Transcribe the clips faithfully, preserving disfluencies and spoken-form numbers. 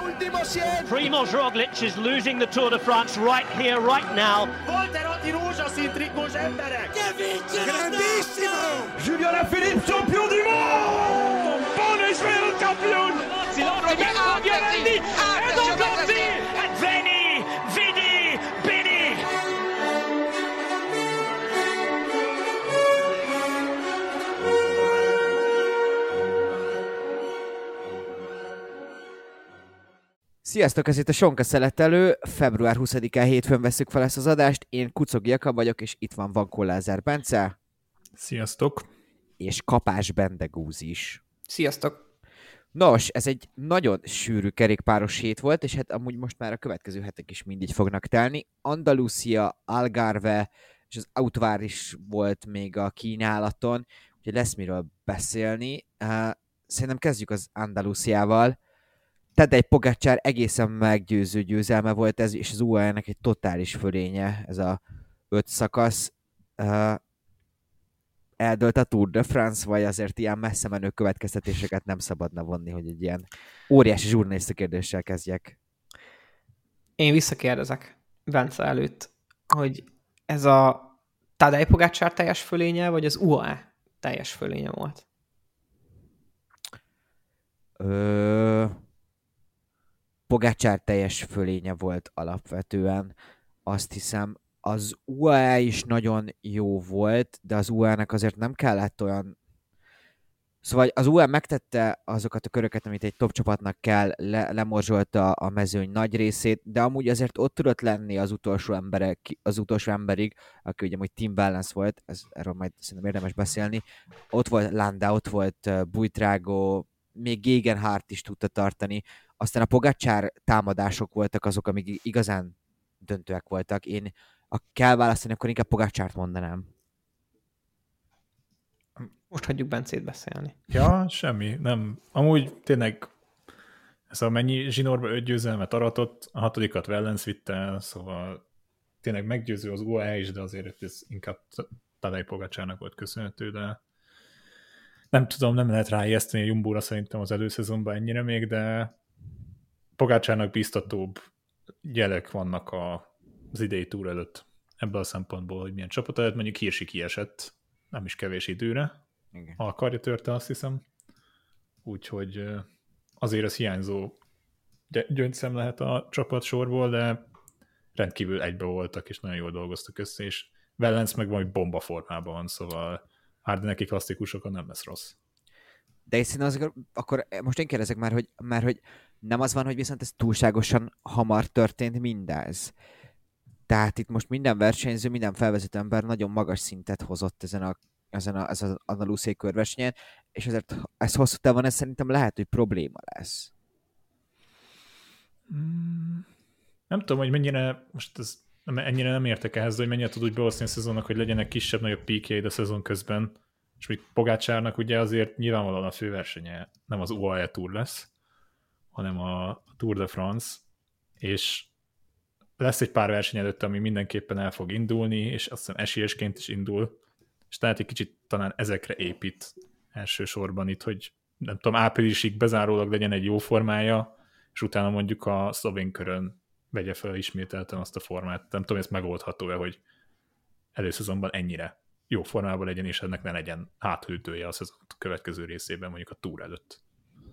Primoz Roglic is losing the Tour de France right here, right now. Volterotti rózsaszín trikós emberek! Grandissimo! Julien Alaphilippe, champion du monde! Buon Israel champion! Roberto Giovanni, Edo Conti, and Veni, Vidi, Bini! Sziasztok, ez itt a Sonka Szeletelő. február huszadikán hétfőn veszük fel ezt az adást. Én Kucogi Jakab vagyok, és itt van Vankó Lázár Bence. Sziasztok. És Kapás Bendegúz is. Sziasztok. Nos, ez egy nagyon sűrű kerékpáros hét volt, és hát amúgy most már a következő hetek is mindig fognak telni. Andalusia, Algarve és az Autovár is volt még a kínálaton, úgyhogy lesz miről beszélni. Uh, szerintem kezdjük az Andalusiával. Tadej Pogačar egészen meggyőző győzelme volt ez, és az u á é-nek egy totális fölénye, ez a öt szakasz. Uh, eldölt a Tour de France, vagy azért ilyen messze menő következtetéseket nem szabadna vonni, hogy egy ilyen óriási zsurnaliszta kérdéssel kezdjek. Én visszakérdezek Bence előtt, hogy ez a Tadej Pogačar teljes fölénye, vagy az u á é teljes fölénye volt? Ö... Pogačar teljes fölénye volt alapvetően. Azt hiszem, az u á é is nagyon jó volt, de az u á é-nek azért nem kellett olyan... Szóval az u á é megtette azokat a köröket, amit egy top csapatnak kell, le- lemorzsolta a mezőny nagy részét, de amúgy azért ott tudott lenni az utolsó, emberek, az utolsó emberig, aki ugye hogy Tim Wellens volt, ez, erről majd szerintem érdemes beszélni. Ott volt Landa, ott volt uh, Buitrago, még Gegenhardt is tudta tartani. Aztán a Pogačar támadások voltak azok, amik igazán döntőek voltak. Én, ha kell választani, akkor inkább Pogačart mondanám. Most hagyjuk Bencét beszélni. Ja, semmi, nem. Amúgy tényleg ez a mennyi zsinórba öt győzelmet aratott, a hatodikat Wellens vitte, szóval tényleg meggyőző az u á é is, de azért ez inkább Tadej Pogačarnak volt köszönhető, de nem tudom, nem lehet ráijeszteni a Jumbóra szerintem az előszezonban ennyire még, de Pogačarnak biztatóbb jelek vannak a, az idei túr előtt ebből a szempontból, hogy milyen csapat előtt, mondjuk Hirschi kiesett, nem is kevés időre, Igen. a karja törte, azt hiszem, úgyhogy azért ez hiányzó gyöngyszem lehet a csapat sorból, de rendkívül egybe voltak, és nagyon jól dolgoztak össze, és Wellens meg valami bomba formában van, szóval Ardeneki klasszikusokon nem lesz rossz. De én szerintem azért, akkor most én kérdezek már, hogy, már, hogy nem az van, hogy viszont ez túlságosan hamar történt mindez. Tehát itt most minden versenyző, minden felvezető ember nagyon magas szintet hozott ezen a ezen a, ezen az Andalusiai körversenyen, és ezért ez hosszú távon ez szerintem lehet, hogy probléma lesz. Mm, nem tudom, hogy mennyire, most ez, ennyire nem értek ehhez, hogy mennyire tud úgy beosztani a szezonnak, hogy legyenek kisebb-nagyobb píkjeid a szezon közben, és még Pogačarnak ugye azért nyilvánvalóan a főversenye nem az u á é Tour lesz, hanem a Tour de France, és lesz egy pár verseny előtt, ami mindenképpen el fog indulni, és azt hiszem esélyesként is indul, és tehát egy kicsit talán ezekre épít elsősorban itt, hogy nem tudom, áprilisig bezárólag legyen egy jó formája, és utána mondjuk a szlovén körön vegye fel ismételten azt a formát. Nem tudom, ez megoldható-e, hogy előszezonban ennyire jó formában legyen, és ennek ne legyen hátulütője a szezon következő részében, mondjuk a túr előtt.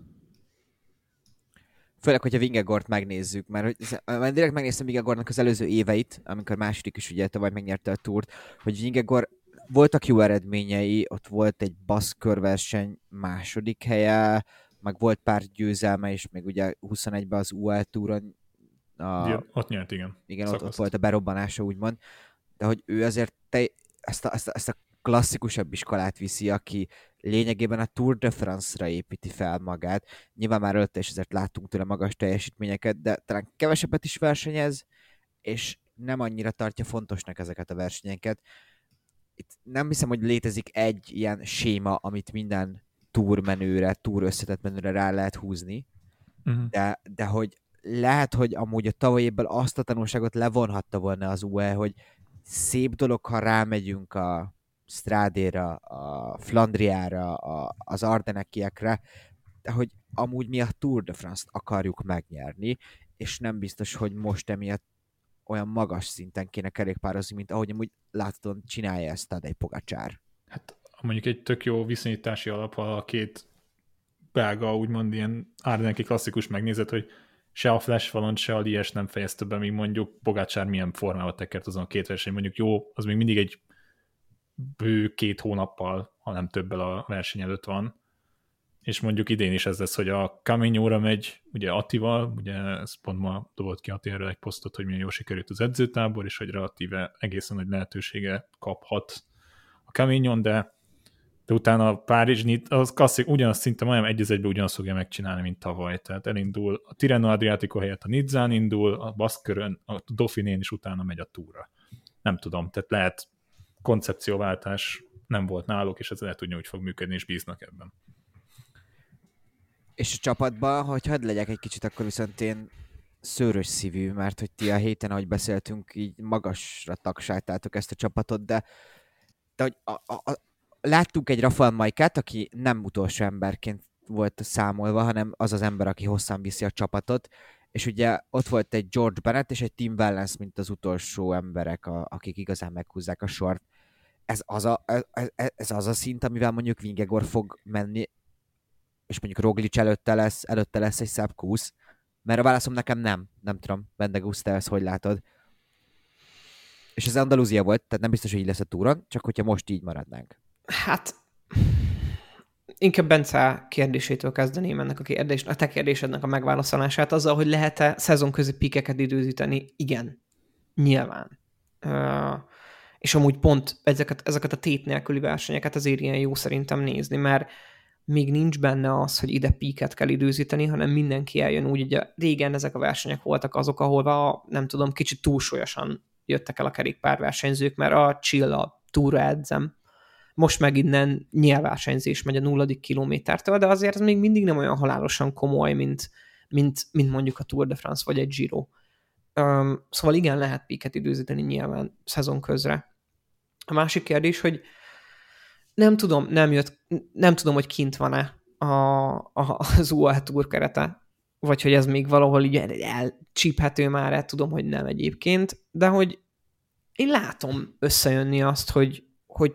Főleg, hogyha Vingegaard megnézzük, mert hogy, mert direkt megnéztem Vingegaardnak az előző éveit, amikor második is ugye tavaly megnyerte a túrt, hogy Vingegaard voltak jó eredményei, ott volt egy baszk körverseny második helye, meg volt pár győzelme is, még ugye huszonegyben az u á é túron. A, ja, ott nyert, igen. Igen, ott, ott volt a berobbanása, úgymond. De hogy ő azért te, ezt, a, ezt, a, ezt a klasszikusabb iskolát viszi, aki lényegében a Tour de France-ra építi fel magát. Nyilván már előtte is azért láttunk tőle magas teljesítményeket, de talán kevesebbet is versenyez, és nem annyira tartja fontosnak ezeket a versenyeket. Itt nem hiszem, hogy létezik egy ilyen séma, amit minden túrmenőre, túr összetett menőre rá lehet húzni, uh-huh. de, de hogy lehet, hogy amúgy a tavalyi évben azt a tanulságot levonhatta volna az u á é, hogy szép dolog, ha rámegyünk a Strádéra, a Flandriára, a, az Ardenekiekre, hogy amúgy mi a Tour de France-t akarjuk megnyerni, és nem biztos, hogy most emiatt olyan magas szinten kéne kerékpározni, mint ahogy amúgy láthatóan csinálja ezt Tadej Pogačar. Hát mondjuk egy tök jó viszonyítási alap, ha a két belga, úgymond ilyen árdeneki klasszikus megnézet, hogy se a Flash Valon, se a Lies nem fejezte be, míg mondjuk Pogačar milyen formával tekert azon a két verseny. Mondjuk jó, az még mindig egy bő két hónappal, ha nem többel a verseny előtt van. És mondjuk idén is ez lesz, hogy a Camino-ra megy, ugye Attival, ugye ez pont ma dobott ki Atti erről egy posztot, hogy milyen jól sikerült az edzőtábor, és hogy relatíve egészen nagy lehetősége kaphat a Caminon, de, de utána a Párizs, az klasszik, ugyanazt szinte majdnem egy az egyben ugyanazt fogja megcsinálni, mint tavaly. Tehát elindul a Tirreno Adriatico helyett a Nizzán indul, a Baszkörön, a Dauphinén is utána megy a Tourra. Nem tudom, tehát lehet koncepcióváltás nem volt náluk, és ez lehet úgy, úgy fog működni, és bíznak ebben. És a csapatban, hogy hadd legyek egy kicsit, akkor viszont én szőrös szívű, mert hogy ti a héten, ahogy beszéltünk, így magasra tagsáltátok ezt a csapatot, de, de hogy a, a, a, láttunk egy Rafael Majkát, aki nem utolsó emberként volt számolva, hanem az az ember, aki hosszan viszi a csapatot, és ugye ott volt egy George Bennett és egy Tim Wellens, mint az utolsó emberek, a, akik igazán meghúzzák a sort. Ez az a, ez, ez az a szint, amivel mondjuk Vingegaard fog menni, és mondjuk Roglic előtte lesz, előtte lesz egy Sepp Kuss, mert a válaszom nekem nem, nem tudom, Vendegus, te ezt hogy látod. És ez Andalúzia volt, tehát nem biztos, hogy így lesz a túron, csak hogyha most így maradnánk. Hát, inkább Bence kérdésétől kezdeném ennek a kérdés, a te kérdésednek a megválaszolását, azzal, hogy lehet-e szezonközi pikeket időzíteni? Igen, nyilván. Uh, és amúgy pont ezeket, ezeket a tét nélküli versenyeket azért ilyen jó szerintem nézni, mert még nincs benne az, hogy ide píket kell időzíteni, hanem mindenki eljön úgy, ugye régen ezek a versenyek voltak azok, ahol nem tudom, kicsit túlsúlyosan jöttek el a kerékpárversenyzők, mert a chill a túra edzem. Most meg innen nyilvánversenyzés megy a nulladik kilométertől, de azért ez még mindig nem olyan halálosan komoly, mint, mint, mint mondjuk a Tour de France vagy egy Giro. Um, szóval igen, lehet píket időzíteni nyilván szezon közre. A másik kérdés, hogy nem tudom, nem jött, nem tudom, hogy kint van-e a, a, az u á é Tour kerete, vagy hogy ez még valahol így elcsíphető már, el tudom, hogy nem egyébként, de hogy én látom összejönni azt, hogy, hogy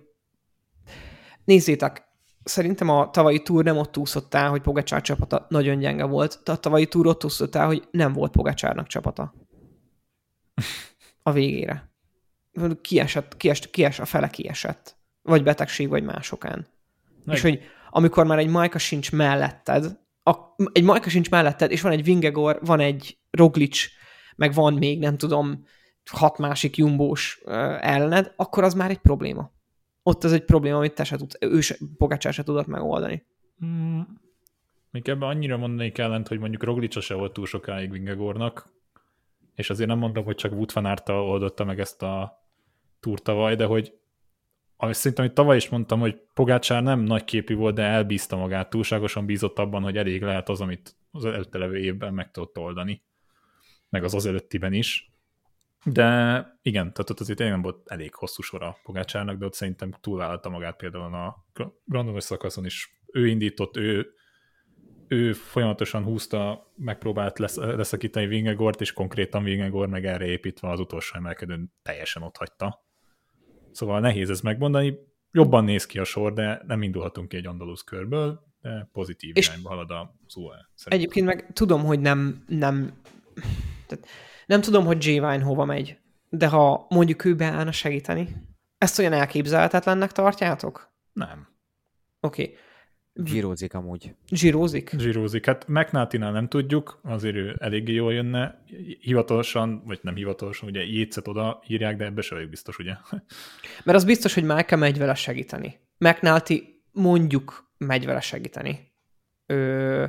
nézzétek, szerintem a tavalyi Tour nem ott úszott el, hogy Pogačar csapata nagyon gyenge volt, de a tavalyi Tour ott úszott el, hogy nem volt Pogačarnak csapata. A végére. Kiesett, kiesett, kiesett, a fele kiesett. Vagy betegség, vagy másokán. Meg. És hogy amikor már egy Majka sincs melletted, a, egy Majka sincs melletted, és van egy Vingegaard, van egy Roglic, meg van még, nem tudom, hat másik jumbós uh, ellened, akkor az már egy probléma. Ott az egy probléma, amit te se tudsz, ő se, Pogačar se tudott megoldani. Hmm. Még ebben annyira mondani kellent, hogy mondjuk Roglic se volt túl sokáig Vingegaardnak, és azért nem mondom, hogy csak Wout van Aert oldotta meg ezt a túr tavaly, de hogy amit szerintem, amit tavaly is mondtam, hogy Pogačar nem nagyképű volt, de elbízta magát, túlságosan bízott abban, hogy elég lehet az, amit az előtte levő évben meg tudott oldani. Meg az az előttiben is. De igen, tehát ott azért nem volt elég hosszú sora Pogačarnak, de ott szerintem túlvállalta magát például a Grandonos szakaszon is. Ő indított, ő, ő folyamatosan húzta, megpróbált lesz, leszakítani Vingegaardt, és konkrétan Vingegaard meg erre építve az utolsó emelkedőn teljesen ott hagyta. Szóval nehéz ez megmondani. Jobban néz ki a sor, de nem indulhatunk ki egy andalusz körből, de pozitív és irányba halad az u á é. Egyébként meg tudom, hogy nem, nem, tehát nem tudom, hogy Jay Vine hova megy, de ha mondjuk ő beállna segíteni, ezt olyan elképzelhetetlennek tartjátok? Nem. Oké. Okay. Zsírózik amúgy. Zsírózik? Zsírózik. Hát McNulty-nál nem tudjuk, azért ő eléggé jól jönne. Hivatalosan, vagy nem hivatalosan, ugye Yates-et oda írják, de ebbe se vagyok biztos, ugye? Mert az biztos, hogy Michael megy vele segíteni. McNulty mondjuk megy vele segíteni. Ö...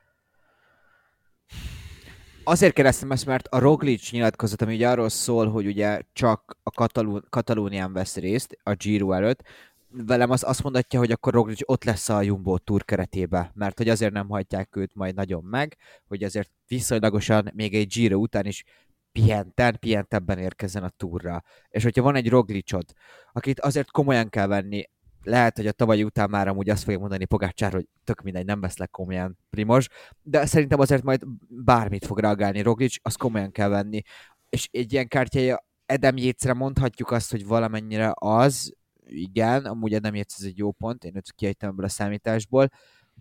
Azért kérdeztem ezt, mert a Roglic nyilatkozat, ami ugye arról szól, hogy ugye csak a Katalú- Katalónián vesz részt a Giro előtt, velem az azt mondatja, hogy akkor Roglic ott lesz a Jumbo Tour keretébe, mert hogy azért nem hagyják őt majd nagyon meg, hogy azért viszonylagosan még egy Giro után is pihenten, pihentebben érkezzen a Tourra. És hogyha van egy Roglicod, akit azért komolyan kell venni, lehet, hogy a tavalyi után már amúgy azt fogja mondani Pogačar, hogy tök mindegy, nem veszlek komolyan Primoz, de szerintem azért majd bármit fog reagálni Roglic, azt komolyan kell venni. És egy ilyen kártyája Adam Yates-re mondhatjuk azt, hogy valamennyire az, igen, amúgy Adam Yates ez egy jó pont, én őt kiejtem ebből a számításból.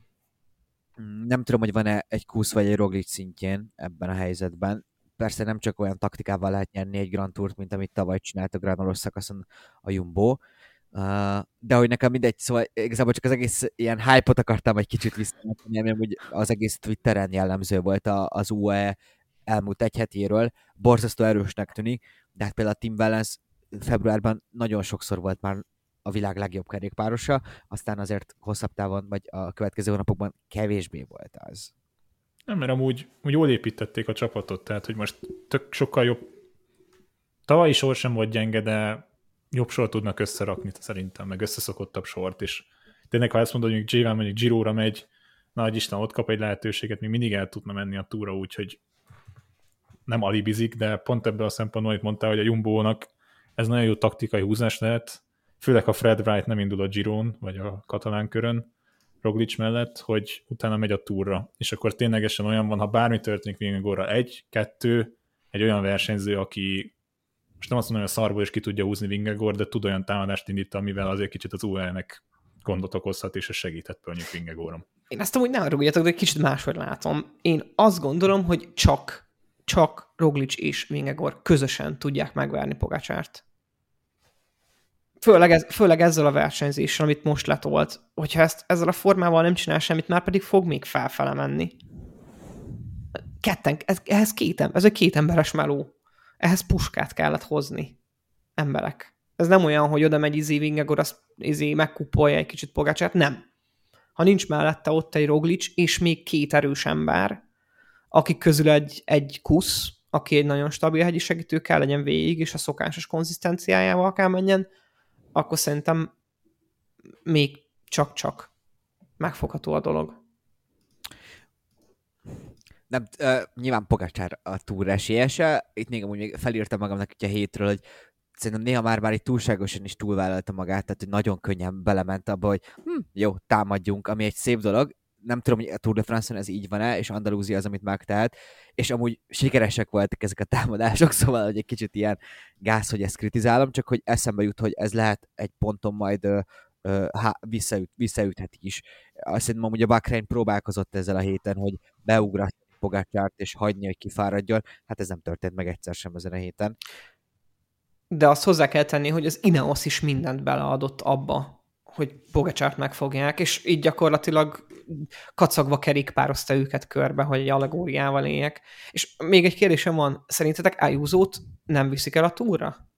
Nem tudom, hogy van-e egy Kusz vagy egy Roglic szintjén ebben a helyzetben. Persze nem csak olyan taktikával lehet nyerni egy Grand Tourt, mint amit tavaly csinált a Granolos szakaszon a Jumbo. Uh, de hogy nekem mindegy, szóval igazából csak az egész ilyen hype-ot akartam egy kicsit visszatenni, ami amúgy az egész Twitteren jellemző volt a, az u á e elmúlt egy hetéről. Borzasztó erősnek tűnik, de hát például a Tim Wellens februárban nagyon sokszor volt már a világ legjobb kerékpárosa, aztán azért hosszabb távon, vagy a következő hónapokban kevésbé volt az. Nem, mert amúgy úgy jól építették a csapatot, tehát hogy most tök sokkal jobb. Tavalyi sor sem volt gyenge, de jobb sort tudnak összerakni szerintem, meg összeszokottabb sort is. Tényleg, ha ezt mondod, hogy J-vel mondjuk Giro-ra megy, nagy Isten, ott kap egy lehetőséget, még mindig el tudna menni a túra, úgyhogy nem alibizik, de pont ebből a szempontból, amit mondtál, hogy a Jumbo-nak ez nagyon jó taktikai húzás lehet, főleg ha Fred Wright nem indul a Giron, vagy a katalán körön, Roglic mellett, hogy utána megy a túra. És akkor ténylegesen olyan van, ha bármi történik Vingegaardra, egy, kettő, egy olyan versenyző, aki most nem azt mondom, hogy a szarból is ki tudja húzni Vingegaard, de tud olyan támadást indítani, amivel azért kicsit az u á e-nek gondot okozhat, és ez segített mondjuk Vingegaardon. Én ezt amúgy nem rúgjatok, de egy kicsit máshogy látom. Én azt gondolom, hogy csak, csak Roglic és Vingegaard közösen tudják megverni Pogačart. Főleg, ez, főleg ezzel a versenyzéssel, amit most letolt. Hogyha ezt, ezzel a formával nem csinál semmit, már pedig fog még felfele menni. Ketten, ez, ehhez két, ez egy két emberes meló. Ehhez puskát kellett hozni. Emberek. Ez nem olyan, hogy oda megy izé Vingegaard, azt izé megkupolja egy kicsit Pogačart. Nem. Ha nincs mellette ott egy Roglic, és még két erős ember, akik közül egy, egy Kusz, aki egy nagyon stabil hegyi segítő kell legyen végig, és a szokásos konzisztenciájával kell menjen, akkor szerintem még csak-csak megfogható a dolog. Nem, uh, nyilván Pogačar a túr esélyese. Itt még amúgy még felírtam magamnak itt a hétről, hogy szerintem néha már már itt túlságosan is túlvállalta magát, tehát hogy nagyon könnyen belement abba, hogy hm, jó, támadjunk, ami egy szép dolog. Nem tudom, hogy a Tour de France-on ez így van-e, és Andalúzia az, amit megtehet, és amúgy sikeresek voltak ezek a támadások, szóval hogy egy kicsit ilyen gáz, hogy ezt kritizálom, csak hogy eszembe jut, hogy ez lehet egy ponton majd ö, ö, há, visszaüt, visszaüthet is. Azt hiszem, amúgy a Bahrein próbálkozott ezzel a héten, hogy beugratni Pogačart és hagyni, hogy kifáradjon. Hát ez nem történt meg egyszer sem ezen a héten. De azt hozzá kell tenni, hogy az Ineos is mindent beleadott abba, hogy Pogačart megfogják, és így gyakorlatilag kacagva kerékpározta őket körbe, hogy egy allegóriával éljek. És még egy kérdésem van, szerintetek Ayusót nem viszik el a túra?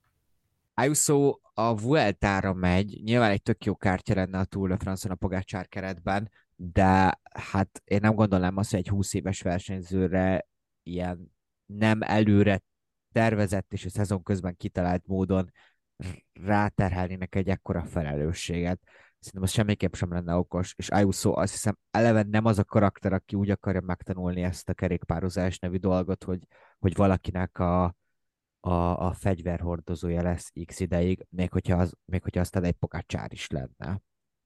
Ayuso a Vueltára megy, nyilván egy tök jó kártya lenne a Tour de France-on a Pogačar keretben, de hát én nem gondolnám azt, hogy egy húsz éves versenyzőre ilyen nem előre tervezett és a szezon közben kitalált módon ráterhelnének egy ekkora felelősséget. Szerintem az semmiképp sem lenne okos, és Ayuso azt hiszem eleve nem az a karakter, aki úgy akarja megtanulni ezt a kerékpározás nevű dolgot, hogy, hogy valakinek a, a, a fegyverhordozója lesz x ideig, még hogyha, az, még hogyha aztán egy Pogačar is lenne.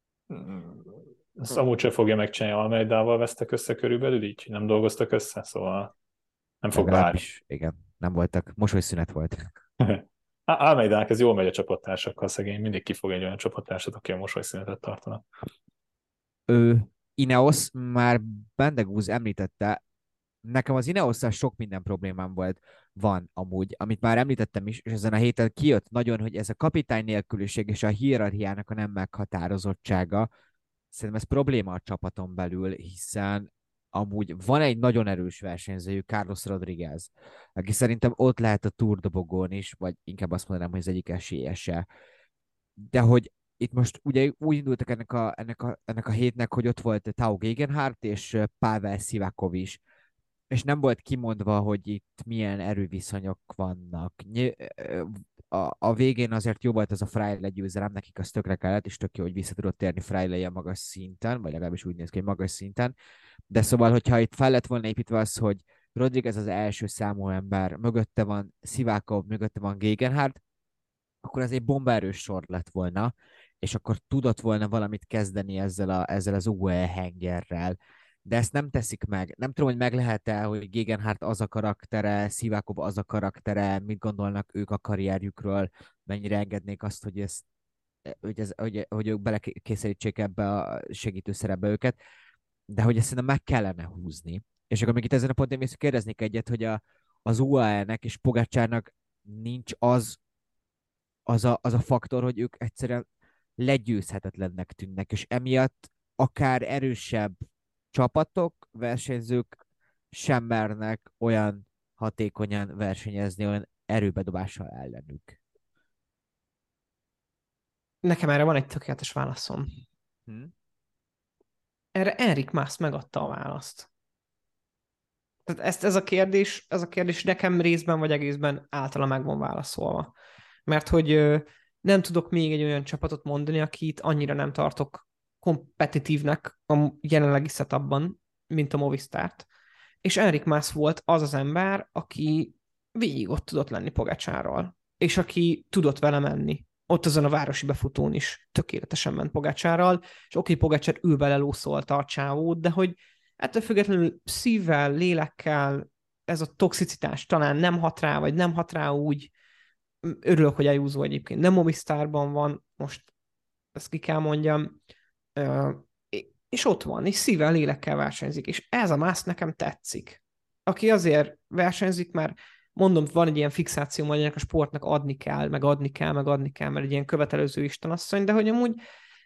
Ezt amúgy sem fogja megcsinálni, Almeidával vesztek össze körülbelül így, nem dolgoztak össze, szóval nem fog bármi. Igen, nem voltak, mosolyszünet volt. Almeidának ez jól megy a csapattársakkal, szegény, mindig kifog egy olyan csapattársat, aki a mosolyszünetet tartana. Ő, Ineos, már Bendegúz említette, nekem az Ineosszal sok minden problémám volt, van amúgy, amit már említettem is, és ezen a héten kijött nagyon, hogy ez a kapitány nélküliség és a hierarchiának a nem meghatározottsága, szerintem ez probléma a csapaton belül, hiszen amúgy van egy nagyon erős versenyzőjük, Carlos Rodriguez, aki szerintem ott lehet a Tour de Bogón is, vagy inkább azt mondanám, hogy az egyik esélyese. De hogy itt most ugye úgy indultak ennek a, ennek a, ennek a hétnek, hogy ott volt Tao Gegenhardt és Pavel Sivakov is, és nem volt kimondva, hogy itt milyen erőviszonyok vannak. A, a végén azért jó volt az a Fraile győzelem, nekik az tökre kellett, és tök jó, hogy vissza tudott térni Fraile a magas szinten, vagy legalábbis úgy néz ki, hogy magas szinten. De szóval, hogyha itt fel lett volna építve az, hogy Rodriguez az első számú ember, mögötte van Sivakov, mögötte van Gegenhardt, akkor az egy bombaerős sor lett volna, és akkor tudott volna valamit kezdeni ezzel, a, ezzel az u e hengerrel. De ezt nem teszik meg. Nem tudom, hogy meg lehet-e, hogy Gegenhardt az a karaktere, Sivakov az a karaktere, mit gondolnak ők a karrierjükről, mennyire engednék azt, hogy, ezt, hogy, ez, hogy, hogy ők belekényszerítsék ebbe a segítő szerepbe őket, de hogy ezt szerintem meg kellene húzni. És akkor még itt ezen a ponton még kérdeznék egyet, hogy a, az u á é-nek és Pogacsárnak nincs az, az a, az a faktor, hogy ők egyszerűen legyőzhetetlennek tűnnek, és emiatt akár erősebb csapatok, versenyzők sem mernek olyan hatékonyan versenyezni, olyan erőbedobással ellenük. Nekem erre van egy tökéletes válaszom. Hm? Erre Enric Mas megadta a választ. Tehát ezt, ez a kérdés, ez a kérdés nekem részben vagy egészben általa meg van válaszolva. Mert hogy ö, nem tudok még egy olyan csapatot mondani, akit annyira nem tartok kompetitívnek a jelenlegi setupban, mint a Movistart. És Enric Mas volt az az ember, aki végig ott tudott lenni Pogacsárral, és aki tudott vele menni. Ott azon a városi befutón is tökéletesen ment Pogacsárral, és oké, Pogacsár ő belelószolta a csávót, de hogy ettől függetlenül szívvel, lélekkel ez a toxicitás talán nem hat rá, vagy nem hat rá úgy. Örülök, hogy Ayuso egyébként nem Movistarban van, most ezt ki kell mondjam, és ott van, és szívvel, lélekkel versenyzik, és ez a Mas nekem tetszik. Aki azért versenyzik, mert mondom, van egy ilyen fixáció, hogy ennek a sportnak adni kell, meg adni kell, meg adni kell, mert egy ilyen követelőző istenasszony, de hogy amúgy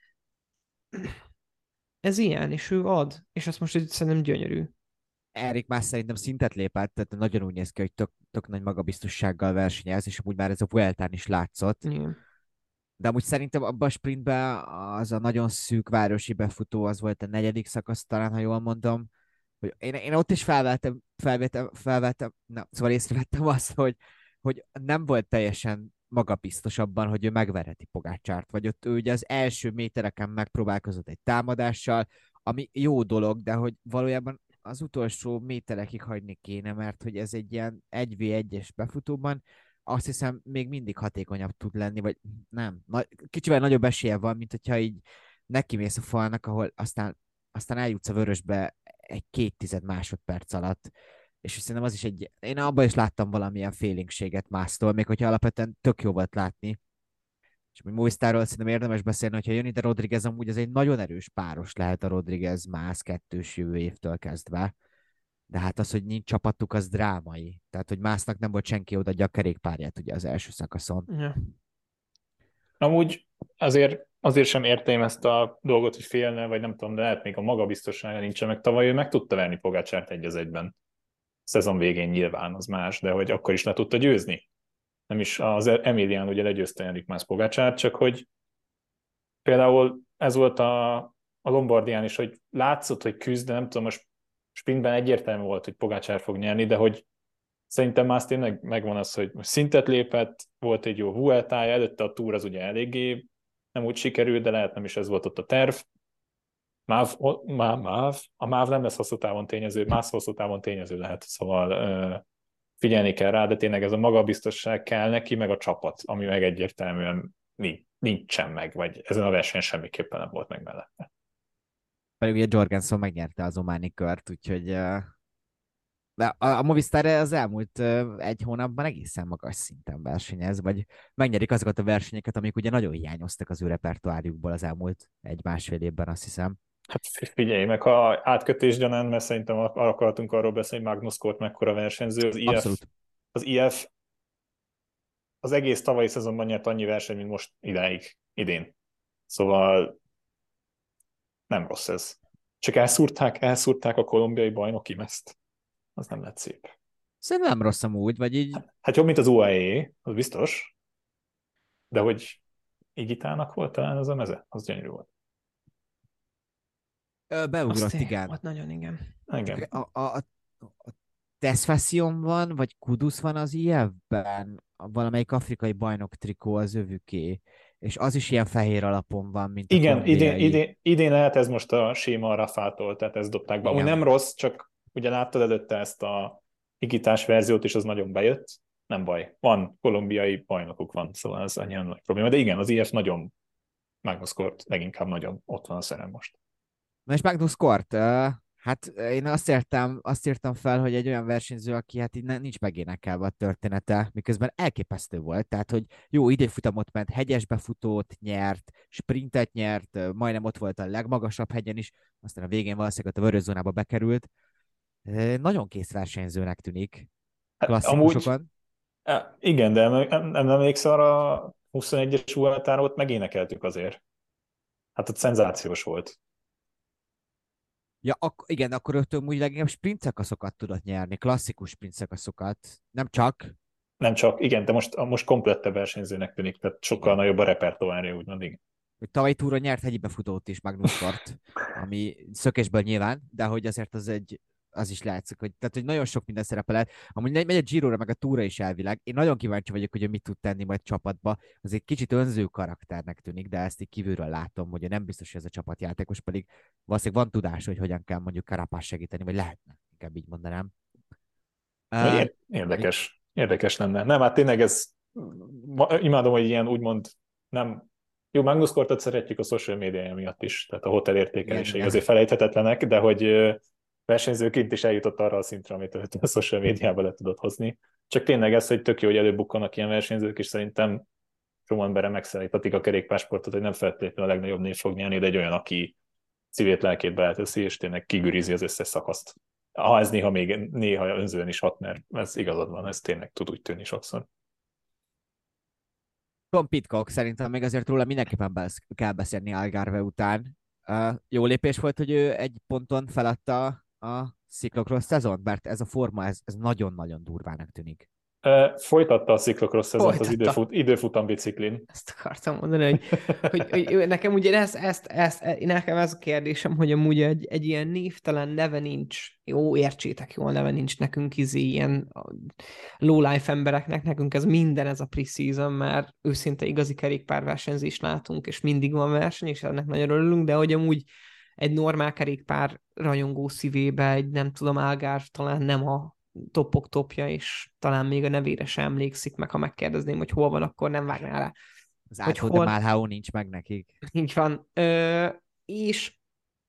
ez ilyen, és ő ad, és ezt most így szerintem gyönyörű. Erik más szerintem szintet lépett, tehát nagyon úgy néz ki, hogy tök, tök nagy magabiztossággal versenyez, és amúgy már ez a Vueltán is látszott. Igen. De amúgy szerintem abban a sprintben az a nagyon szűk városi befutó, az volt a negyedik szakasz, talán, ha jól mondom, hogy én, én ott is felvettem, felvettem, felvettem, na, szóval észrevettem azt, hogy, hogy nem volt teljesen magabiztos abban, hogy ő megverheti Pogácsárt, vagy ott ő ugye az első métereken megpróbálkozott egy támadással, ami jó dolog, de hogy valójában az utolsó méterekig hagyni kéne, mert hogy ez egy ilyen egy vé egyes befutóban, azt hiszem még mindig hatékonyabb tud lenni, vagy nem, na, kicsivel nagyobb esélye van, mint hogyha így nekimész a falnak, ahol aztán, aztán eljutsz a vörösbe egy két tized másodperc alatt, és szerintem az is egy, én abban is láttam valamilyen félénkséget másztól, még hogyha alapvetően tök jó volt látni, és még Movistarról szerintem érdemes beszélni, hogyha jön ide Rodriguez, amúgy ez egy nagyon erős páros lehet a Rodriguez-Mász kettős jövő évtől kezdve. De hát az, hogy nincs csapatuk, az drámai. Tehát, hogy Másznak nem volt senki odaadja a kerékpárját ugye az első szakaszon. Ja. Amúgy azért, azért sem értem ezt a dolgot, hogy félne, vagy nem tudom, de lehet még a magabiztossága nincsen, meg tavaly ő meg tudta verni Pogácsárt egy az egyben. Szezon végén nyilván az más, de hogy akkor is le tudta győzni. Nem is az Emilián ugye legyőzte Enric Mas Pogácsárt, csak hogy például ez volt a, a Lombardián is, hogy látszott, hogy küzd, de nem tudom, most sprintben egyértelmű volt, hogy Pogácsár fog nyerni, de hogy szerintem már tényleg megvan az, hogy szintet lépett, volt egy jó Vueltája, előtte a Tour az ugye eléggé nem úgy sikerült, de lehet nem is ez volt ott a terv. Máv, máv, máv. A Máv nem lesz hosszú távon tényező, más hosszú távon tényező lehet, szóval uh, figyelni kell rá, de tényleg ez a magabiztosság kell neki, meg a csapat, ami meg egyértelműen nincsen meg, vagy ezen a verseny semmiképpen nem volt meg mellette. Pedig ugye Jorgensen megnyerte az ománi kört, úgyhogy uh, de a, a Movistar az elmúlt uh, egy hónapban egészen magas szinten versenyez, vagy megnyerik azokat a versenyeket, amik ugye nagyon hiányoztak az ő repertoárjukból az elmúlt egy-másfél évben, azt hiszem. Hát figyelj, meg ha átkötés gyanán, mert szerintem arra akartunk arról beszélni, hogy Magnus Kort mekkora versenyző, az i ef, Abszolút. az i ef az egész tavalyi szezonban nyert annyi verseny, mint most idáig, idén. Szóval nem rossz ez. Csak elszúrták, elszúrták a kolumbiai bajnoki mezt. Az nem lett szép. Szerintem nem rossz amúgy, vagy így... Hát jobb, mint az u á é, az biztos. De hogy Igitának volt talán az a meze? Az gyönyörű volt. Ö, beugrott, Azt igen. volt nagyon, igen. Igen. A, a, a, a Tesfassion van, vagy Kudus van az i ef-ben? Valamelyik afrikai bajnok trikó az övüké. És az is ilyen fehér alapon van, mint a Igen, idén, kolumbiai. idén, idén lehet ez most a séma a Rafától, tehát ezt dobták be. Amúgy nem rossz, csak ugye láttad előtte ezt a igitás verziót, és az nagyon bejött. Nem baj. Van kolumbiai bajnokuk van, szóval ez annyian nagy probléma. De igen, az i ef nagyon Magnus Cort leginkább nagyon ott van a szerem most. Na és Magnus Cort, uh, hát én azt értem, azt írtam fel, hogy egy olyan versenyző, aki hát így ne, nincs megénekelve a története, miközben elképesztő volt, tehát hogy jó időfutamot ment, hegyes befutót nyert, sprintet nyert, uh, majdnem ott volt a legmagasabb hegyen is, aztán a végén valószínűleg a vörös zónába bekerült. Uh, nagyon kész versenyzőnek tűnik, klasszikusokon. Amúgy, igen, de nem, nem emlékszel arra a huszonegyes Vueltára, ott megénekeltük azért. Hát ott szenzációs volt. Ja, ak- igen, akkor ott úgy leginkább sprint szakaszokat tudott nyerni, klasszikus sprint szakaszokat. Nem csak. Nem csak, igen, de most, most komplettebb versenyzőnek tűnik, tehát sokkal igen. nagyobb a repertoárja, úgymond, igen. Tavalyi túron nyert hegyi befutót is Magnus Cort, ami szökésből nyilván, de hogy azért az egy, az is látszik, hogy, tehát, hogy nagyon sok minden szerepel. Amúgy megy a Giróra, meg a Túra is elvileg. Én nagyon kíváncsi vagyok, hogy ő mit tud tenni majd csapatba. Az egy kicsit önző karakternek tűnik, de ezt így kívülről látom, hogy nem biztos, hogy ez a csapatjátékos, pedig valószínűleg van tudás, hogy hogyan kell mondjuk Carapaz segíteni, vagy lehetne, inkább így mondanám. Uh, Érdekes. Érdekes lenne. Nem, hát tényleg ez, imádom, hogy ilyen úgymond nem, jó, Magnus Cortot szeretjük a social médiája miatt is, tehát a hotel értékelései azért felejthetetlenek, de hogy versenyzőként is eljutott arra a szintre, amit a social médiában le tudott hozni. Csak tényleg ez, hogy tök jó, hogy előbukkanak ilyen versenyzők, és szerintem sok emberre megszállítatik a kerékpársportot, hogy nem feltétlenül a legnagyobb név fog nyerni, de egy olyan, aki szívét, lelkét beleteszi, és tényleg kigürizi az összes szakaszt. Ha ez néha még néha önzően is hat, mert ez igazad van, ez tényleg tud úgy tűnni sokszor. Tom Pidcock, szerintem még azért róla mindenképpen besz- kell beszélni Algarve után. Uh, jó lépés volt, hogy ő egy ponton feladta a Cyclocross szezont, mert ez a forma, ez, ez nagyon-nagyon durvának tűnik. Folytatta a Cyclocross szezont az időfut, időfutam biciklin. Ezt akartam mondani, hogy, hogy, hogy nekem ugye ezt, ezt, ezt, nekem ez a kérdésem, hogy amúgy egy, egy ilyen névtelen neve nincs, jó, értsétek jól, neve nincs nekünk izé, ilyen low-life embereknek, nekünk ez minden ez a pre-season, mert őszinte igazi kerékpárversenyzést látunk, és mindig van verseny, és ennek nagyon örülünk, de hogy amúgy egy normál kerékpár rajongó szívébe, egy nem tudom, Algarve talán nem a topok topja, és talán még a nevére sem emlékszik meg, ha megkérdezném, hogy hol van, akkor nem vágnál rá. Az áthold hol... a Malhau nincs meg nekik. Így van. Ö, és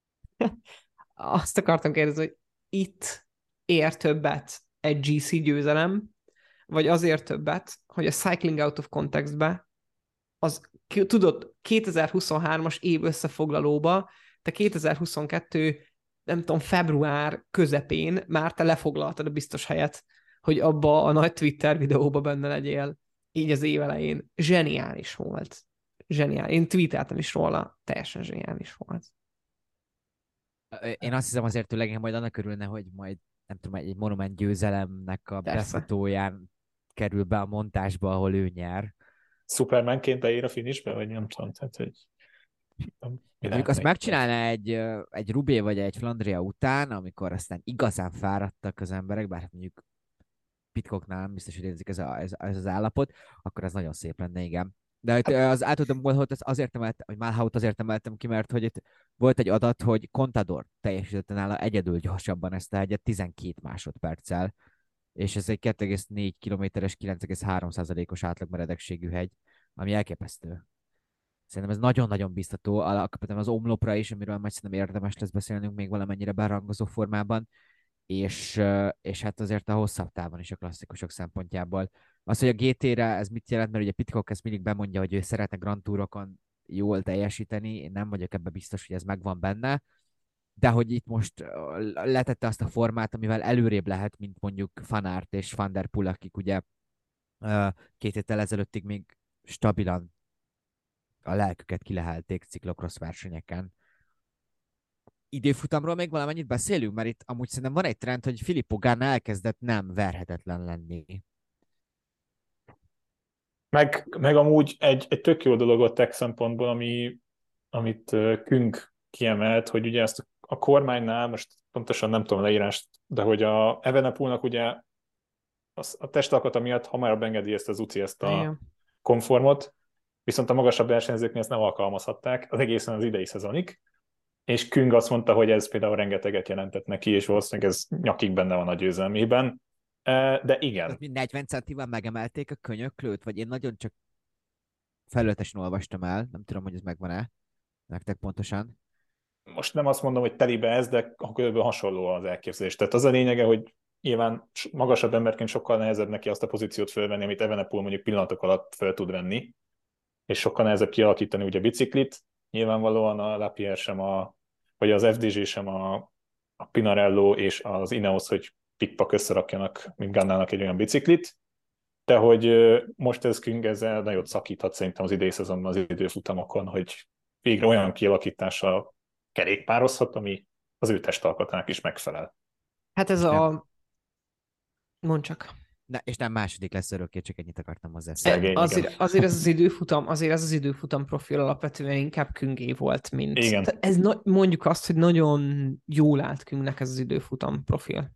azt akartam kérdezni, hogy itt ér többet egy gé cé győzelem, vagy azért többet, hogy a Cycling Out of Context-be az, tudod, kétezer-huszonhármas év összefoglalóba, te kétezer-huszonkettő nem tudom, február közepén már te lefoglaltad a biztos helyet, hogy abba a nagy Twitter videóba benne legyél, így az év elején. Zseniális volt. Zseniális. Én tweeteltem is róla, teljesen zseniális volt. Én azt hiszem azért, hogy leginkább majd annak örülne, hogy majd nem tudom, egy monument győzelemnek a befutóján kerül be a montásba, ahol ő nyer. Supermanként beír a finishbe, vagy nem tudom, tehát, hogy mondjuk azt megcsinálná egy, egy Rubé vagy egy Flandria után, amikor aztán igazán fáradtak az emberek, bár mondjuk Pidcocknál nem biztos, hogy érzik ez, a, ez, ez az állapot, akkor ez nagyon szép lenne, igen. De hát, az átadom volt, az azért emeltem, hogy Malhaut azért emeltem ki, mert hogy itt volt egy adat, hogy Contador teljesítette nála egyedül gyorsabban ezt a hegyet tizenkét másodperccel, és ez egy kettő egész négy kilométeres, kilenc egész három százalékos átlagmeredekségű hegy, ami elképesztő. Szerintem ez nagyon-nagyon biztató, alapvetően az omlopra is, amiről majd szerintem érdemes lesz beszélnünk még valamennyire berangozó formában, és, és hát azért a hosszabb távon is a klasszikusok szempontjából. Az, hogy a gé té-re ez mit jelent, mert ugye Pidcock ezt mindig bemondja, hogy ő szeretne Grand Tourokon jól teljesíteni, én nem vagyok ebben biztos, hogy ez megvan benne, de hogy itt most letette azt a formát, amivel előrébb lehet, mint mondjuk Van Aert és Van der Poel, akik ugye két héttel ezelőttig még stabilan a lelküket kilehelték ciklokrosz versenyeken. Időfutamról még valamennyit beszélünk, mert itt amúgy szerintem van egy trend, hogy Filippo Ganna elkezdett nem verhetetlen lenni. Meg, meg amúgy egy, egy tök jó dolog a tech szempontból, ami, amit Küng kiemelt, hogy ugye ezt a kormánynál, most pontosan nem tudom a leírást, de hogy a Evenepoelnak ugye a testalkata miatt hamarabb engedi ezt az u cé i ezt a Igen. konformot, viszont a magasabb versenyzőknél ezt nem alkalmazhatták az egészen az idei szezonig, és Küng azt mondta, hogy ez például rengeteget jelentett neki, és valószínűleg ez nyakig benne van a győzelmében. De igen. negyven centivel megemelték a könyöklőt, vagy én nagyon csak felületesen olvastam el, nem tudom, hogy ez megvan-e nektek pontosan. Most nem azt mondom, hogy telibe ez, de körülbelül hasonló az elképzelés. Tehát az a lényege, hogy nyilván magasabb emberként sokkal nehezebb neki azt a pozíciót fölvenni, amit Evenepoel mondjuk pillanatok alatt föl tud venni, és sokkal nehezebb kialakítani ugye a biciklit. Nyilvánvalóan a Lapierre sem, a, vagy az ef dé gé sem a, a Pinarello és az Ineos, hogy pikpak összerakjanak, mint Gannának egy olyan biciklit, de hogy most ez Küng ezzel nagyot szakíthat szerintem az idei szezonban az időfutamokon, hogy végre olyan kialakítással kerékpározhat, ami az ő testalkatának is megfelel. Hát ez Nem. a... Mondd csak. Ne, és nem második lesz örökké, csak ennyit akartam hozzá. Szegény, azért, igen. azért ez az időfutam, azért ez az időfutam profil alapvetően inkább Küngé volt, mint... Igen. Tehát ez na- mondjuk azt, hogy nagyon jól állt Küngnek ez az időfutam profil.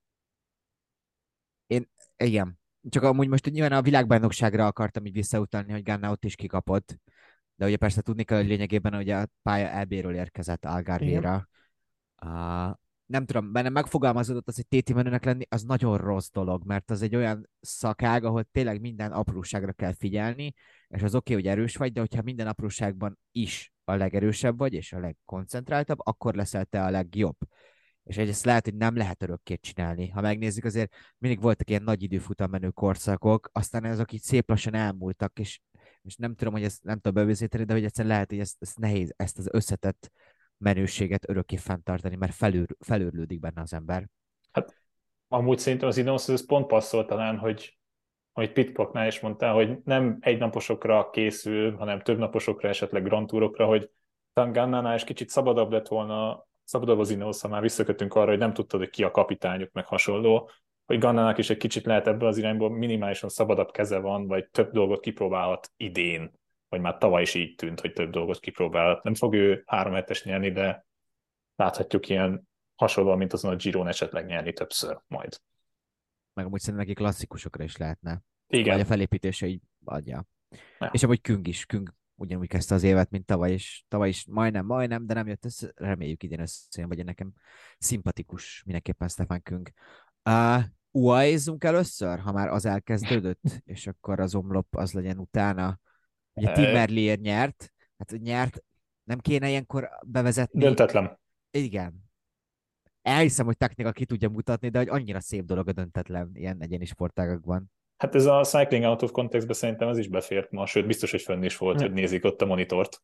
Igen. Csak amúgy most nyilván a világbajnokságra akartam így visszautalni, hogy Ganna ott is kikapott. De ugye persze tudni kell, hogy lényegében ugye a pálya é bé-ről érkezett Algarve-ra. Uh, nem tudom, bennem megfogalmazódott az, hogy té té menőnek lenni, az nagyon rossz dolog, mert az egy olyan szakág, ahol tényleg minden apróságra kell figyelni, és az oké, okay, hogy erős vagy, de hogyha minden apróságban is a legerősebb vagy, és a legkoncentráltabb, akkor leszel te a legjobb. És ezt lehet, hogy nem lehet örökké csinálni. Ha megnézzük, azért mindig voltak ilyen nagy időfutam menő korszakok, aztán ezek így szép lassan elmúltak, és, és nem tudom, hogy ezt nem tudom bevezíteni, de hogy egyszerűen lehet, hogy ezt, ezt nehéz, ezt az összetett menőséget örökké fenntartani, mert felőr, felőrlődik benne az ember. Hát amúgy szerintem az Ineos ez pont passzol talán, hogy hogy Pitcocknál is mondta, hogy nem egynaposokra készül, hanem többnaposokra, esetleg Grand Tourokra, hogy Gannánál is kicsit szabadabb lett volna, szabadabb az Ineos, ha már visszakötünk arra, hogy nem tudtad, hogy ki a kapitányuk, meg hasonló, hogy Gannának is egy kicsit lehet ebből az irányból minimálisan szabadabb keze van, vagy több dolgot kipróbálhat idén, vagy már tavaly is így tűnt, hogy több dolgot kipróbálhat. Nem fog ő három hetes nyerni, de láthatjuk ilyen hasonlóan, mint azon a Giron esetleg nyerni többször majd. Meg amúgy szerintem neki klasszikusokra is lehetne. Igen. Vagy a felépítése így adja. Ja. És amúgy Küng is, Küng ugyanúgy kezdte az évet, mint tavaly is. Tavaly is majdnem, majdnem, de nem jött össze. Reméljük idén összejön, vagy nekem szimpatikus mindenképpen Stefan Küng. Uh, u á é-zunk először, ha már az elkezdődött, és akkor az omlop az legyen utána. Ugye Tim Merlier nyert, hát nyert, nem kéne ilyenkor bevezetni. Döntetlen. Igen. Elhiszem, hogy technika ki tudja mutatni, de hogy annyira szép dolog a döntetlen ilyen egyéni sportágakban. Hát ez a cycling out of contextbe szerintem ez is befért ma, sőt biztos, hogy fönn is volt, ja. hogy nézik ott a monitort.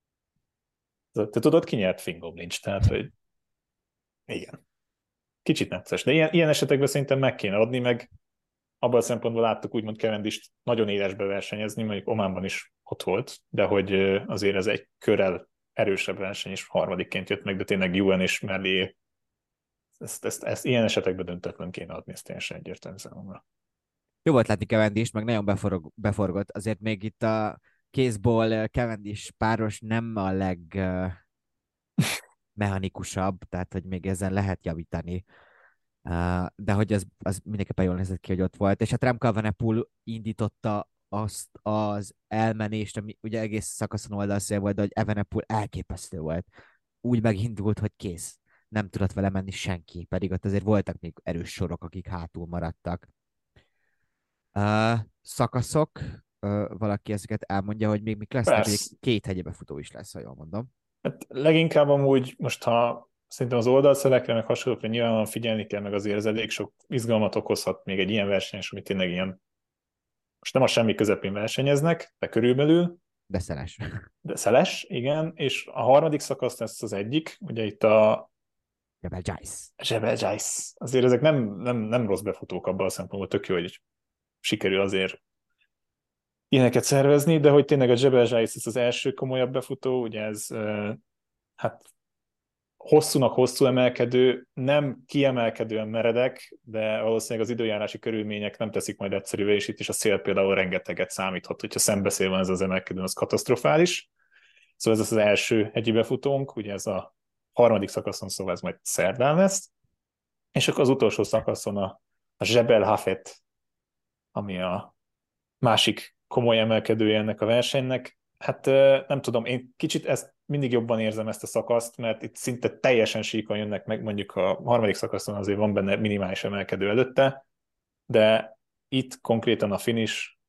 Te tudod, ki nyert Fingoblincs, tehát hogy igen. Kicsit necces, de ilyen, ilyen esetekben szerintem meg kéne adni, meg abban a szempontból láttuk úgymond Cavendist nagyon élesbe versenyezni, mondjuk Ománban is ott volt, de hogy azért ez egy körrel erősebb verseny is harmadikként jött meg, de tényleg Ewan és Merlier ezt, ezt, ezt ilyen esetekben döntetlen kéne adni, ezt teljesen egyértelmű számomra. Jó volt látni Cavendish, meg nagyon beforog, beforgott. Azért még itt a kézból Cavendish páros nem a leg uh, mechanikusabb, tehát hogy még ezen lehet javítani. Uh, de hogy az, az mindenképpen jól nézett ki, hogy ott volt. És a Remco Evenepoel indította azt az elmenést, ami ugye egész szakaszon oldalszél volt, de hogy Evenepoel elképesztő volt. Úgy megindult, hogy kész. Nem tudott vele menni senki, pedig ott azért voltak még erős sorok, akik hátul maradtak. Uh, szakaszok, uh, valaki ezeket elmondja, hogy még mik lesznek, hogy két hegyebefutó is lesz, ha jól mondom. Hát leginkább amúgy most, ha szerintem az oldalszelekre, meg hasonlókra nyilván figyelni kell, meg azért ez elég sok izgalmat okozhat még egy ilyen verseny, ami tényleg ilyen, most nem a semmi közepén versenyeznek, de körülbelül. De szeles. De szeles, igen, és a harmadik szakasz lesz az egyik, ugye itt a Jebel Jais. Jebel Jais. Azért ezek nem, nem, nem rossz befutók abban a szempontból, tök jó, hogy sikerül azért ilyeneket szervezni, de hogy tényleg a Jebel Jais ez az első komolyabb befutó, ugye ez hát hosszúnak hosszú emelkedő, nem kiemelkedően meredek, de valószínűleg az időjárási körülmények nem teszik majd egyszerűvé, és itt is a szél például rengeteget számíthat, hogyha szembeszél van ez az emelkedő, az katasztrofális. Szóval ez az első hegyi befutónk, ugye ez a harmadik szakaszon, szóval ez majd szerdán lesz, és akkor az utolsó szakaszon a, a Jebel Hafet, ami a másik komoly emelkedője ennek a versenynek. Hát nem tudom, én kicsit ezt mindig jobban érzem ezt a szakaszt, mert itt szinte teljesen síkon jönnek meg, mondjuk a harmadik szakaszon azért van benne minimális emelkedő előtte, de itt konkrétan a finish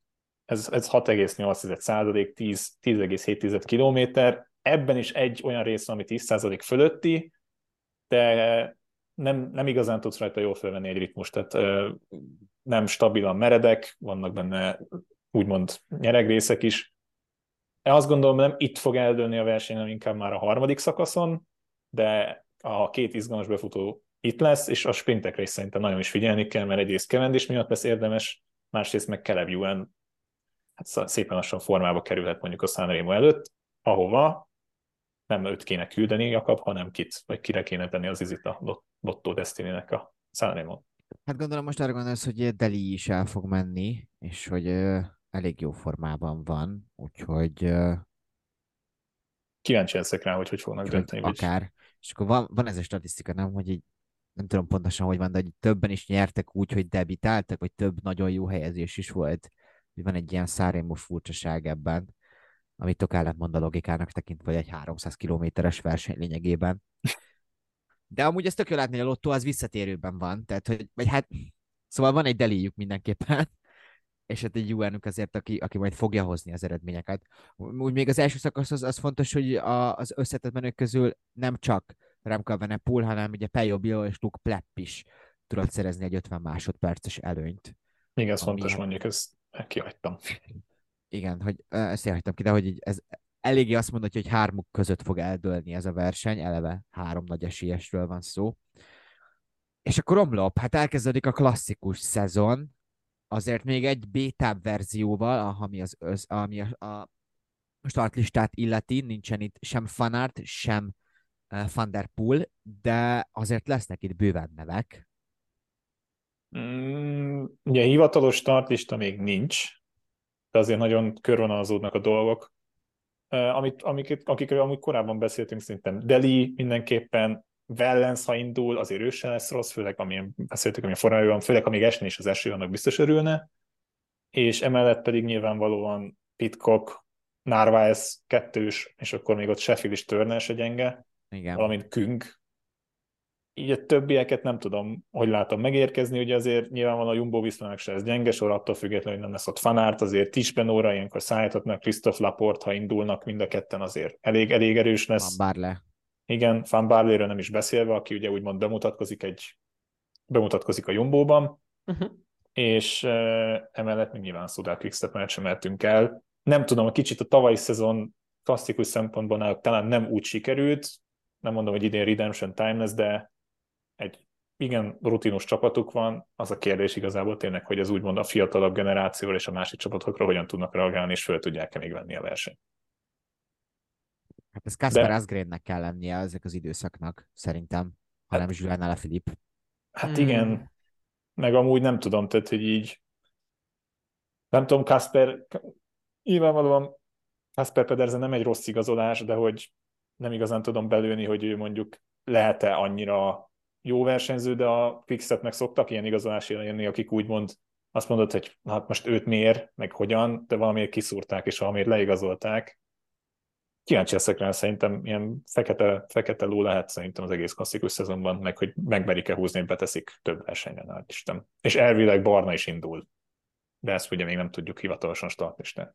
ez, ez hat egész nyolc százalék, tíz egész hét kilométer, ebben is egy olyan rész, ami tíz százalék fölötti, de nem, nem igazán tudsz rajta jól felvenni egy ritmust, tehát ö, nem stabilan meredek, vannak benne úgymond nyeregrészek is. Én azt gondolom, nem itt fog eldőlni a verseny, hanem inkább már a harmadik szakaszon, de a két izgalmas befutó itt lesz, és a sprintekre is szerintem nagyon is figyelni kell, mert egyrészt Cavendish miatt lesz érdemes, másrészt meg Caleb Ewan hát szépen lassan formába kerülhet mondjuk a Sanremo előtt, ahova nem őt kéne küldeni Jakab, hanem kit, vagy kire kéne tenni az izit a Lotto Destiny-nek a Sanremo. Hát gondolom most arra gondolsz, hogy Deli is el fog menni, és hogy ö, elég jó formában van, úgyhogy ö, kíváncsi leszek rá, hogy hogy fognak hogy dönteni. akár. Vagy... És akkor van, van ez a statisztika, nem, hogy így nem tudom pontosan, hogy van, de hogy többen is nyertek úgy, hogy debitáltak, vagy több nagyon jó helyezés is volt. Hogy van egy ilyen Sanremo furcsaság ebben, amit tök ellentmond a logikának tekintve, vagy egy háromszáz kilométeres verseny lényegében. De amúgy ezt tök jól látni, hogy a Lotto az visszatérőben van, tehát, hogy, vagy hát, szóval van egy Deliük mindenképpen, és hát egy Juvenük azért, aki, aki majd fogja hozni az eredményeket. Úgy még az első szakasz az, az fontos, hogy a, az összetett menők közül nem csak Remco Evenepoel, hanem ugye Pello Bilbao és Luke Plepp is tudott szerezni egy ötven másodperces előnyt. Még ez fontos, mondjuk, ezt kihagytam. Igen, hogy ezt elhagytam ki, de hogy így ez eléggé azt mondod, hogy hármuk között fog eldőlni ez a verseny, eleve három nagy esélyesről van szó. És akkor omlop, hát elkezdődik a klasszikus szezon, azért még egy bétább verzióval, ami, az öz, ami a, a startlistát illeti, nincsen itt sem Van Aert, sem uh, Van der Poel, de azért lesznek itt bőven nevek. Mm, ugye hivatalos startlista még nincs, de azért nagyon körvonalazódnak a dolgok. Uh, amit, amiket, akikről amúgy korábban beszéltünk, szerintem Deli mindenképpen, Wellens, ha indul, azért ő se lesz rossz, főleg amilyen beszéltük, amilyen formájában van, főleg ha még esni is az eső, annak biztos örülne. És emellett pedig nyilvánvalóan Pidcock, Narvaez kettős, és akkor még ott Sheffield is Turner se gyenge, Igen. valamint Küng. Így a többieket nem tudom, hogy látom megérkezni, ugye azért nyilvánvalóan a Jumbo Viszlának se ez gyenge sor, attól függetlenül, hogy nem lesz ott Van Aert, azért Tisbenóra ilyenkor szállíthatnak, Christophe Laporte, ha indulnak mind a ketten, azért elég, elég erős lesz. Van Barle. Igen, Van Barléről nem is beszélve, aki ugye úgymond bemutatkozik egy bemutatkozik a Jumbóban, uh-huh. és uh, emellett még nyilván Soudal Quickstep mellett sem mehetünk el. Nem tudom, a kicsit a tavalyi szezon klasszikus szempontból náluk talán nem úgy sikerült, nem mondom, hogy idén Redemption Time lesz, de egy igen rutinos csapatuk van, az a kérdés igazából tényleg, hogy ez úgymond a fiatalabb generációra és a másik csapatokra hogyan tudnak reagálni, és föl tudják-e még venni a versenyt. Hát ez Kasper De... Asgrennek kell lennie ezek az időszaknak, szerintem, ha nem Julian Alaphilippe. Hát igen, hmm. meg amúgy nem tudom, tehát, hogy így nem tudom, Kasper nyilvánvalóan Kasper Pedersen nem egy rossz igazolás, de hogy nem igazán tudom belőni, hogy ő mondjuk lehet-e annyira jó versenyző, de a Quickstepnek szoktak ilyen igazolási jönni, akik úgymond azt mondod, hogy hát most őt miért, meg hogyan, de valamiért kiszúrták, és valamiért leigazolták. Kíváncsi leszek rá, szerintem ilyen fekete, fekete ló lehet szerintem az egész klasszikus szezonban, meg hogy megmerik-e húzni, hogy beteszik több versenyen, hát Isten. És elvileg Barna is indul, de ezt ugye még nem tudjuk hivatalosan startlistán.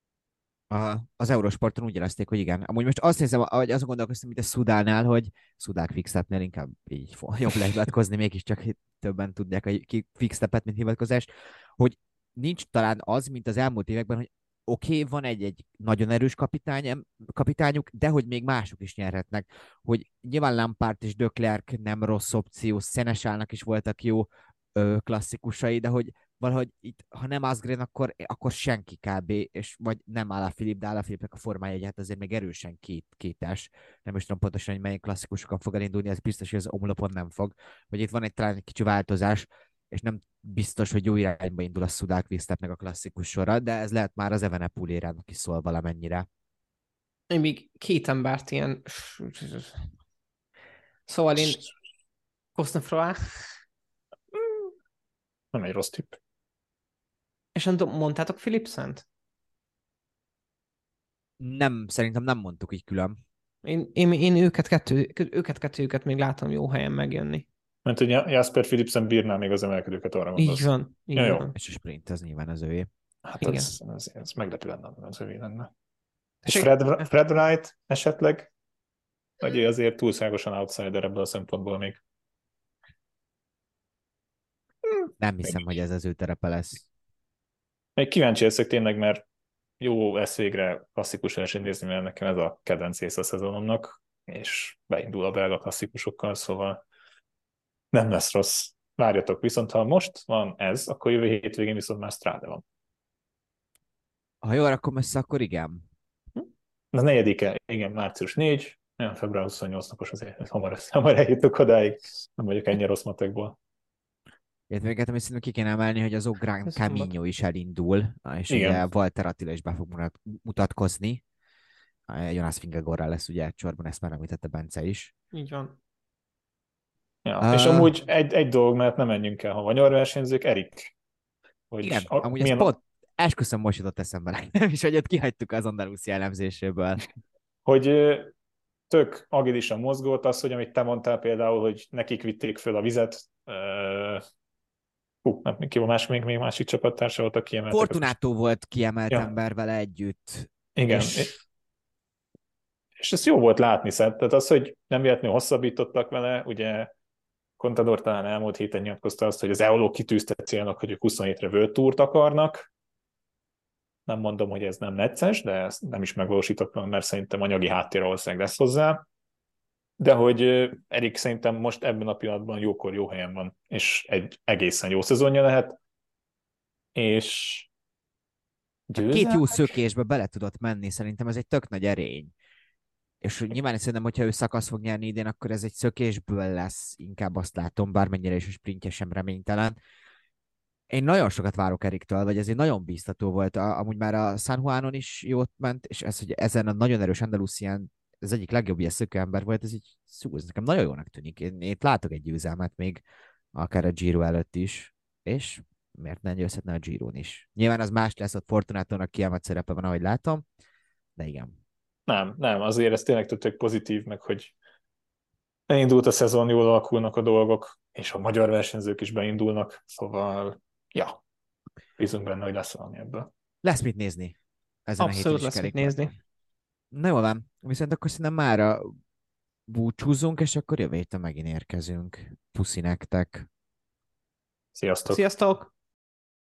Az Eurosporton úgy jelezték, hogy igen. Amúgy most azt hiszem, hogy azon gondolkoztam, mint a Soudalnál, hogy Soudal Quickstepnél inkább így jobb lehivatkozni, mégiscsak többen tudják a Quickstepet, mint hivatkozást, hogy nincs talán az, mint az elmúlt években, hogy oké, okay, van egy-egy nagyon erős kapitány, kapitányuk, de hogy még mások is nyerhetnek. Hogy nyilván Lampard és De Klerk nem rossz opció, Seneschalnak is voltak jó ö, klasszikusai, de hogy valahogy itt, ha nem Asgren, akkor, akkor senki kb. És vagy nem Alaphilippe, de Alaphilippe-nek a formája hát azért még erősen két, kétes. Nem is tudom pontosan, hogy melyik klasszikusokkal fog elindulni, ez biztos, hogy az omlopon nem fog. Vagy itt van egy talán egy kicsi változás, és nem biztos, hogy jó irányba indul a Soudal Quickstepnek a klasszikus sora, de ez lehet már az Evenepoel érának is szól valamennyire. Én még két embert ilyen... Szóval én... Cosnefroy. Nem egy rossz tipp. És nem tudom, mondtátok Philipsent? Nem, szerintem nem mondtuk így külön. Én, én, én őket, kettő, őket kettőjüket még látom jó helyen megjönni. Mert hogy Jasper Philipsen bírná még az emelkedőket, arra gondolsz. Így van. Így ja, van. És a sprint, az nyilván az őé. Hát Igen. ez, ez, ez meglepő lenne, az övé lenne. És És Fred, Fred Wright esetleg? Vagy ő azért túlságosan outsider ebből a szempontból még? Nem hiszem, Még, hogy ez az ő terepe lesz. még kíváncsi leszek tényleg, mert jó lesz végre klasszikus versenyt nézni, mert nekem ez a kedvenc rész a szezonomnak, és beindul a belga klasszikusokkal, szóval nem lesz rossz. Várjatok, viszont ha most van ez, akkor jövő hétvégén viszont már Strade van. Ha jól rakom össze, akkor igen. Az negyedike, igen, március négy, olyan február huszonnyolc napos azért, hamar, hamar eljutok odáig, nem vagyok ennyire rossz matekból. Én még hogy szerintem ki kéne emelni, hogy az Ográn Ez Camino is elindul, és Igen. ugye Walter Attila is be fog mutat- mutatkozni. Jonas Vingegaardral lesz ugye csorban, ezt már említette Bence is. így van. Ja, Uh, és amúgy egy, egy dolog, mert nem menjünk el, ha magyar versenyzők, Erik. Hogy Igen, a, amúgy milyen, ez pont esküszöm most jutott eszembe nekem is, hogy ott kihagytuk az Andalusia elemzéséből. hogy ö, tök agilisan mozgott az, hogy amit te mondtál például, hogy nekik vitték föl a vizet. Uh, hú, nem, ki a másik, még, még másik csapattársa volt, aki kiemeltek. Fortunato volt kiemelt Ja. ember vele együtt. Igen. És... és ez jó volt látni, szed. Tehát az, hogy nem véletlenül hosszabbítottak vele, ugye Contador talán elmúlt héten nyilatkozta azt, hogy az e o ló kitűzte célnak, hogy ők huszonhétre World Tourt akarnak. Nem mondom, hogy ez nem necces, de ezt nem is megvalósítottam, mert szerintem anyagi háttér valószínűleg lesz hozzá. De hogy Erik szerintem most ebben a pillanatban jókor jó helyen van, és egy egészen jó szezonja lehet. És győzelmek? Két jó szökésbe bele tudott menni, szerintem ez egy tök nagy erény. És nyilván szerintem, hogyha ő szakasz fog nyerni idén, akkor ez egy szökésből lesz, inkább azt látom, bármennyire is a sprintje sem reménytelen. Én nagyon sokat várok Eriktől, vagy ez egy nagyon bíztató volt. A, amúgy már a San Juanon is jót ment, és ez, hogy ezen a nagyon erős Andalusián az egyik legjobb ilyen szökőember volt, ez így szú, ez nekem nagyon jónak tűnik. Én, én itt látok egy győzelmet még akár a Giro előtt is, és miért nem győzhetne a Giron is. Nyilván az más lesz, ott Fortunátónak kiemelt szerepe van, ahogy látom, de igen. Nem, nem, azért ez tényleg tök pozitív, meg hogy beindult a szezon, jól alakulnak a dolgok, és a magyar versenyzők is beindulnak, szóval, ja, bízunk benne, hogy lesz valami ebből. Lesz mit nézni. Ezen Abszolút a lesz mit kerékpárban. nézni. Na jól van, viszont akkor szerintem mára búcsúzunk, és akkor jövő héten megint érkezünk. Puszi nektek. Sziasztok! Sziasztok!